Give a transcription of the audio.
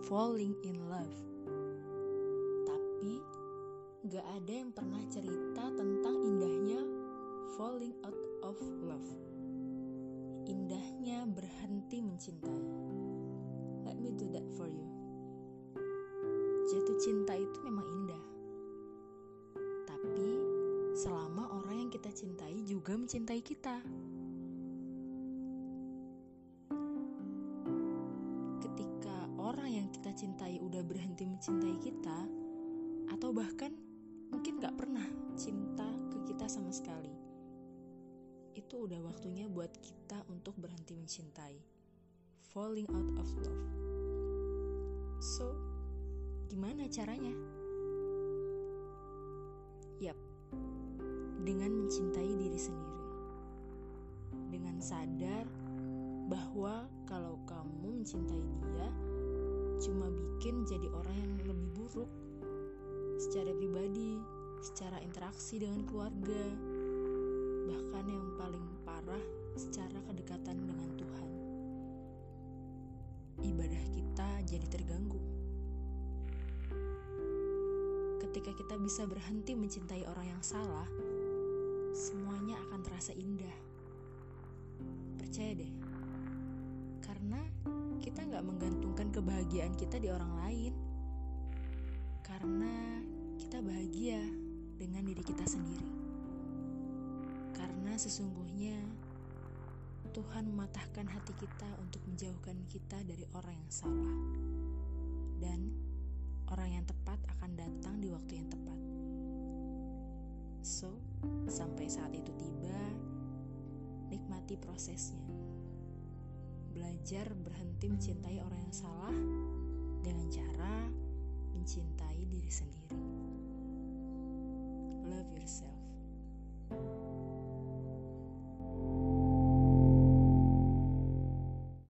falling in love. Tapi gak ada yang pernah cerita tentang indahnya falling out of love. Indahnya berhenti mencintai. Let me do that for you. Jatuh cinta itu memang indah. Tapi selama orang yang kita cintai juga mencintai kita. Ketika orang yang kita cintai udah berhenti mencintai kita, atau bahkan mungkin gak pernah cinta ke kita sama sekali, itu udah waktunya buat kita untuk berhenti mencintai. Falling out of love. So, gimana caranya? Yap, dengan mencintai diri sendiri. Dengan sadar bahwa kalau kamu mencintai dia, cuma bikin jadi orang yang lebih buruk secara pribadi, secara interaksi dengan keluarga, bahkan yang paling parah secara kedekatan dengan Tuhan. Ibadah kita jadi terganggu. Ketika kita bisa berhenti mencintai orang yang salah, semuanya akan terasa indah. Percaya deh, karena kita gak menggantungkan kebahagiaan kita di orang lain. Karena kita bahagia dengan diri kita sendiri. Karena sesungguhnya Tuhan mematahkan hati kita untuk menjauhkan kita dari orang yang salah. Dan orang yang tepat akan datang di waktu yang tepat. So, sampai saat itu tiba, nikmati prosesnya. Belajar berhenti mencintai orang yang salah dengan cara mencintai diri sendiri. Love yourself.